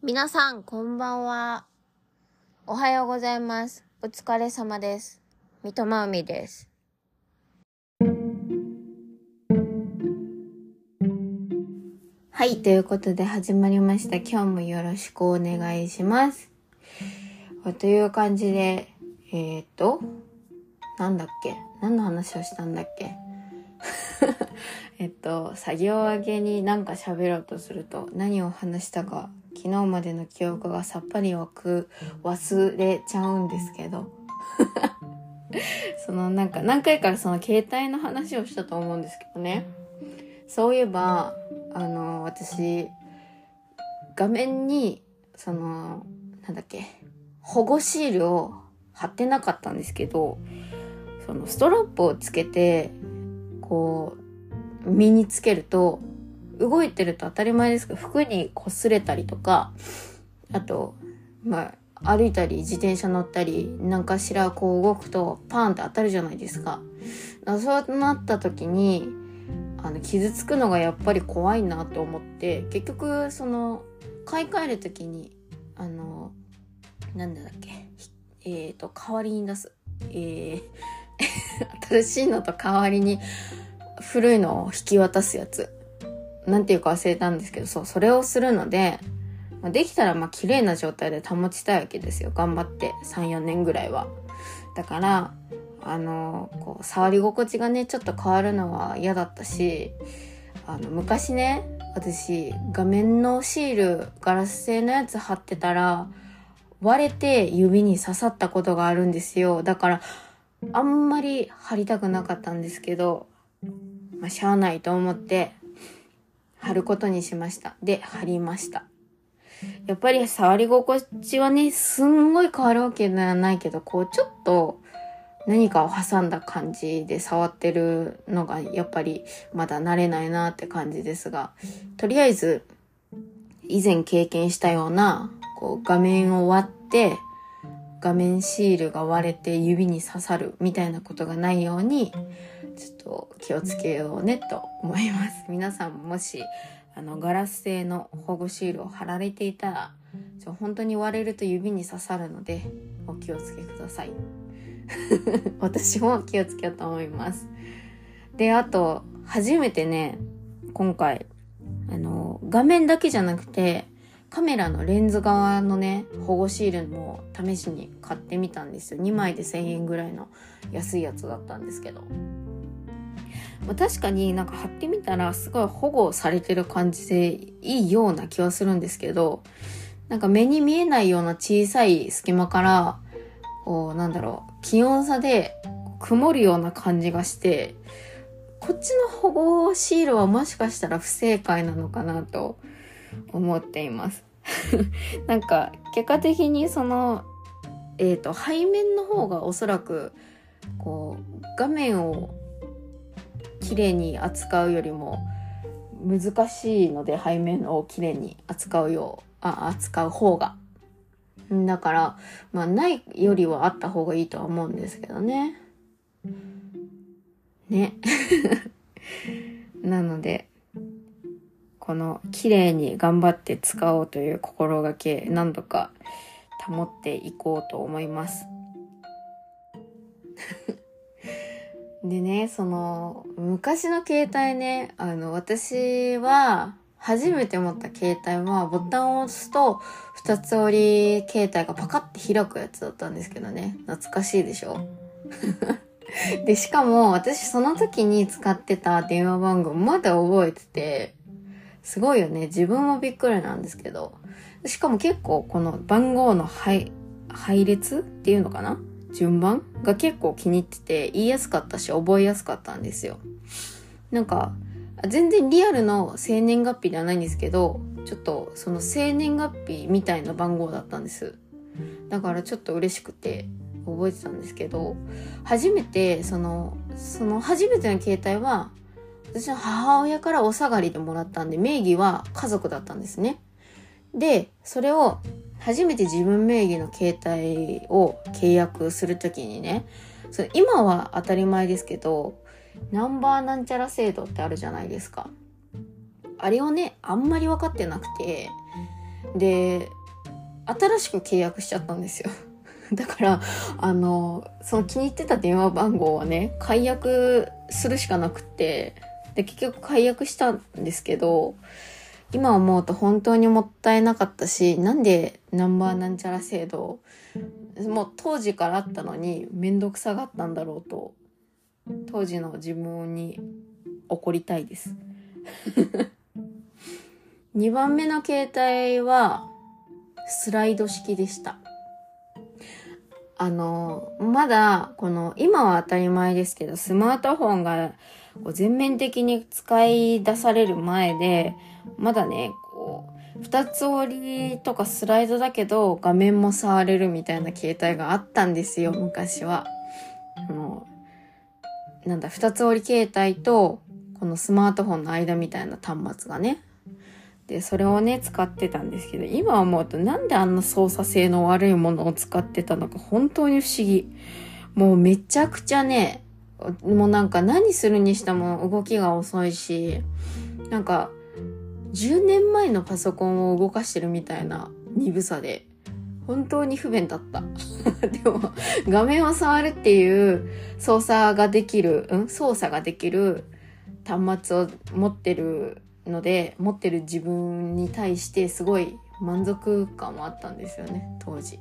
皆さん、こんばんは。おはようございます。お疲れ様です。三笘海です。はい、ということで始まりました。今日もよろしくお願いします。という感じで、なんだっけ？何の話をしたんだっけ？作業明けになんか喋ろうとすると何を話したか昨日までの記憶がさっぱり忘れちゃうんですけどなんか何回かその携帯の話をしたと思うんですけどね。そういえば私画面に保護シールを貼ってなかったんですけど、そのストラップをつけてこう身につけると動いてると当たり前ですけど服に擦れたりとか、あと歩いたり自転車乗ったり何かしらこう動くとパーンって当たるじゃないですか。そうなった時に傷つくのがやっぱり怖いなと思って、結局買い替える時に代わりに出す新しいのと代わりに古いのを引き渡すやつ、なんていうか忘れたんですけど、それをするので、できたら綺麗な状態で保ちたいわけですよ。頑張って3、4年ぐらいは。だから触り心地がねちょっと変わるのは嫌だったし、昔ね、私画面のシールガラス製のやつ貼ってたら割れて指に刺さったことがあるんですよ。だからあんまり貼りたくなかったんですけど、しゃあないと思って貼ることにしました。で、貼りました。やっぱり触り心地はねすんごい変わるわけではないけど、ちょっと何かを挟んだ感じで触ってるのがやっぱりまだ慣れないなって感じですが、とりあえず以前経験したような画面を割って画面シールが割れて指に刺さるみたいなことがないようにちょっと気をつけようねと思います。皆さんももしガラス製の保護シールを貼られていたら本当に割れると指に刺さるのでお気をつけください。私も気をつけようと思います。で、あと初めてね今回画面だけじゃなくてカメラのレンズ側のね保護シールも試しに買ってみたんですよ。2枚で1000円ぐらいの安いやつだったんですけど、確かに貼ってみたらすごい保護されてる感じでいいような気はするんですけど、目に見えないような小さい隙間から気温差で曇るような感じがして、こっちの保護シールはもしかしたら不正解なのかなと思っています。結果的に背面の方がおそらく画面をきれいに扱うよりも難しいので、背面をきれいに扱う方がだからないよりはあった方がいいとは思うんですけどね。なのでこの綺麗に頑張って使おうという心がけ何度か保っていこうと思います。でね、昔の携帯ね、私は初めて持った携帯はボタンを押すと二つ折り携帯がパカッて開くやつだったんですけどね。懐かしいでしょ？で、しかも私その時に使ってた電話番号まだ覚えてて、すごいよね。自分もびっくりなんですけど、しかも結構この番号の配列っていうのかな、順番が結構気に入ってて言いやすかったし覚えやすかったんですよ。全然リアルの生年月日ではないんですけど、ちょっとその生年月日みたいな番号だったんです。だからちょっと嬉しくて覚えてたんですけど、初めて初めての携帯は私の母親からお下がりでもらったんで、名義は家族だったんですね。で、それを初めて自分名義の携帯を契約するときにね、今は当たり前ですけど、ナンバーなんちゃら制度ってあるじゃないですか。あれをね、あんまり分かってなくて、で、 新しく契約しちゃったんですよ。だから、その気に入ってた電話番号はね、解約するしかなくって、で、結局解約したんですけど、今思うと本当にもったいなかったし、なんでナンバーなんちゃら制度、もう当時からあったのにめんどくさがったんだろうと、当時の自分に怒りたいです。2番目の携帯はスライド式でした。まだ今は当たり前ですけど、スマートフォンが全面的に使い出される前で、まだね、二つ折りとかスライドだけど画面も触れるみたいな携帯があったんですよ、昔は。二つ折り携帯とこのスマートフォンの間みたいな端末がね。で、それをね、使ってたんですけど、今思うとなんであんな操作性の悪いものを使ってたのか本当に不思議。もうめちゃくちゃね、もう何するにしても動きが遅いし、10年前のパソコンを動かしてるみたいな鈍さで、本当に不便だった。でも、画面を触るっていう操作ができる端末を持ってる自分に対してすごい満足感もあったんですよね、当時。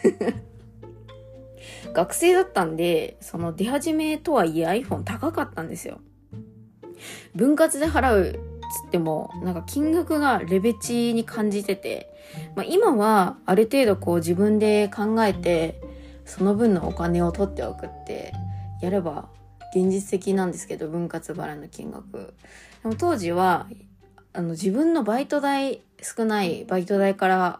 学生だったんで、その出始めとはいえ iPhone 高かったんですよ。分割で払うつっても金額がレベチに感じてて、今はある程度自分で考えてその分のお金を取っておくってやれば現実的なんですけど、分割払いの金額でも当時は自分の少ないバイト代から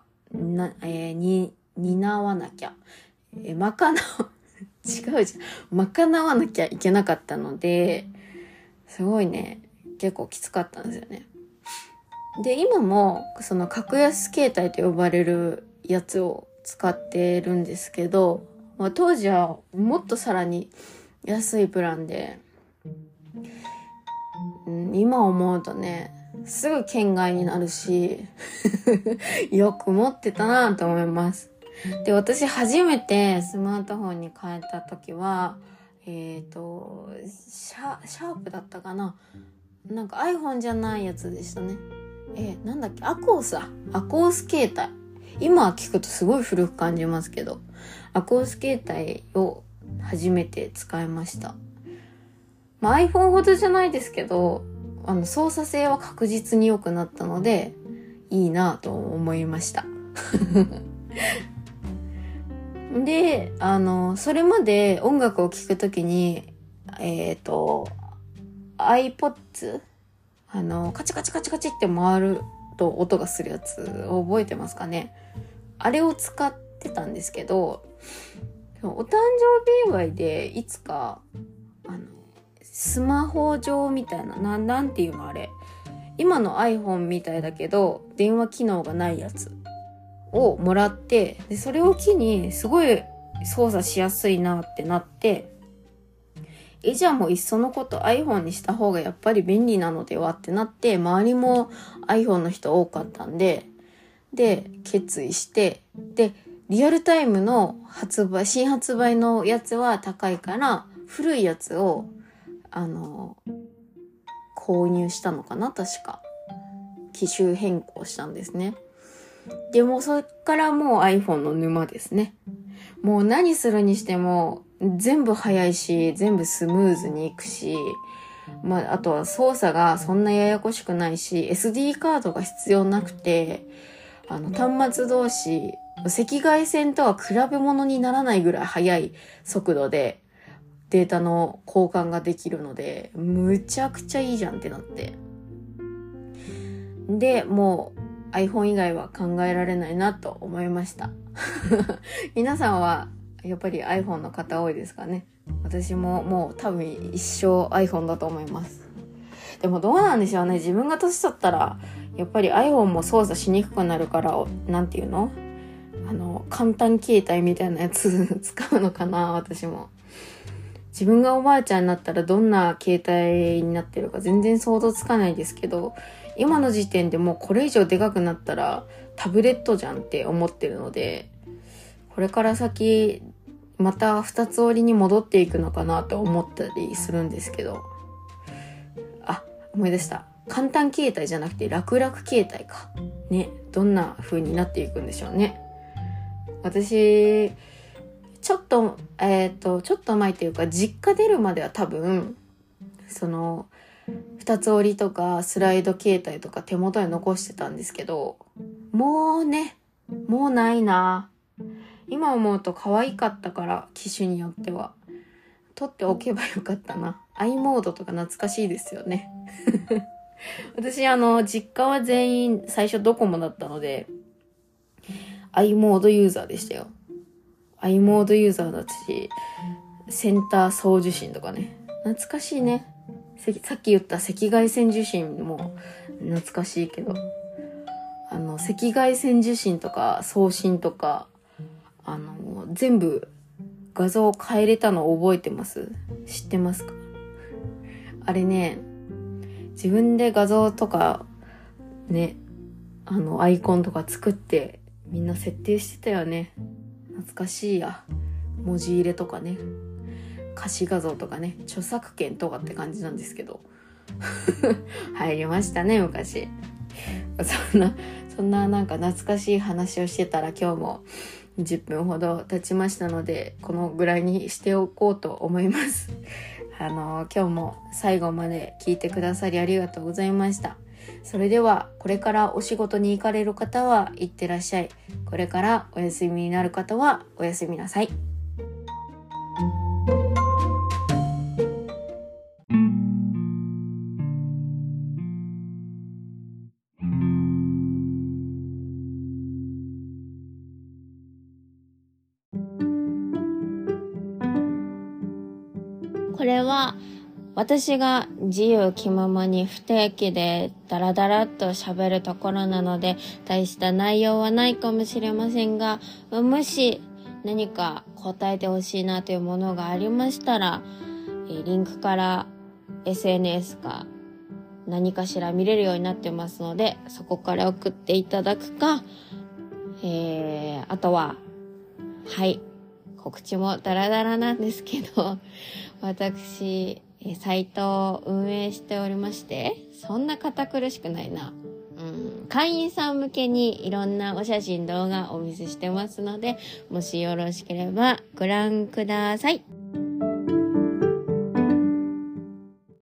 担わなきゃ賄わなきゃいけなかったので、すごいね、結構きつかったんですよね。で、今もその格安携帯と呼ばれるやつを使ってるんですけど、当時はもっとさらに安いプランで、今思うとね、すぐ圏外になるしよく持ってたなと思います。で、私初めてスマートフォンに変えた時はシャープだったかな、iPhone じゃないやつでしたね。アコース携帯。今聞くとすごい古く感じますけど、アコース携帯を初めて使いました。iPhone ほどじゃないですけど、操作性は確実に良くなったのでいいなと思いました。で、それまで音楽を聴くときにiPods カチカチカチカチって回ると音がするやつ覚えてますかね。あれを使ってたんですけど、お誕生日祝いでいつかスマホ上みたいな、なんていうのあれ、今の iPhone みたいだけど電話機能がないやつをもらって、でそれを機にすごい操作しやすいなってなって、じゃあもういっそのこと iPhone にした方がやっぱり便利なのではってなって、周りも iPhone の人多かったんで、決意して、でリアルタイムの新発売のやつは高いから古いやつを購入したのかな、確か機種変更したんですね。でもそっからもう iPhone の沼ですね。もう何するにしても全部早いし、全部スムーズにいくし、あとは操作がそんなややこしくないし、SD カードが必要なくて、端末同士赤外線とは比べ物にならないぐらい速い速度でデータの交換ができるので、むちゃくちゃいいじゃんってなって、でもう iPhone 以外は考えられないなと思いました。皆さんはやっぱり iPhone の方多いですかね。私ももう多分一生 iPhone だと思います。でもどうなんでしょうね。自分が年取ったらやっぱり iPhone も操作しにくくなるから、なんていうの、簡単携帯みたいなやつ使うのかな、私も。 自分がおばあちゃんになったらどんな携帯になってるか全然想像つかないですけど、今の時点でもうこれ以上でかくなったらタブレットじゃんって思ってるので、これから先また二つ折りに戻っていくのかなと思ったりするんですけど、思い出した。簡単携帯じゃなくて楽々携帯かね。どんな風になっていくんでしょうね。私ちょっと前というか、実家出るまでは多分その二つ折りとかスライド携帯とか手元に残してたんですけど、もうないな。今思うと可愛かったから、機種によっては取っておけばよかったな。i モードとか懐かしいですよね。私実家は全員最初ドコモだったので i モードユーザーでしたよ。i モードユーザーだし、センター送受信とかね、懐かしいね。さっき言った赤外線受信も懐かしいけど、赤外線受信とか送信とか全部画像を変えれたの覚えてます？知ってますか？あれね、自分で画像とかね、アイコンとか作ってみんな設定してたよね。懐かしいや。文字入れとかね、歌詞画像とかね、著作権とかって感じなんですけど入りましたね、昔。そんななんか懐かしい話をしてたら、今日も10分ほど経ちましたので、このぐらいにしておこうと思います今日も最後まで聞いてくださりありがとうございました。それでは、これからお仕事に行かれる方は行ってらっしゃい。これからお休みになる方はお休みなさい。これは私が自由気ままに不定期でダラダラっと喋るところなので、大した内容はないかもしれませんが、もし何か答えてほしいなというものがありましたら、リンクから SNS か何かしら見れるようになってますので、そこから送っていただくか、あとは告知もダラダラなんですけど、私サイトを運営しておりまして、そんな堅苦しくないな。会員さん向けにいろんなお写真動画お見せしてますので、もしよろしければご覧ください。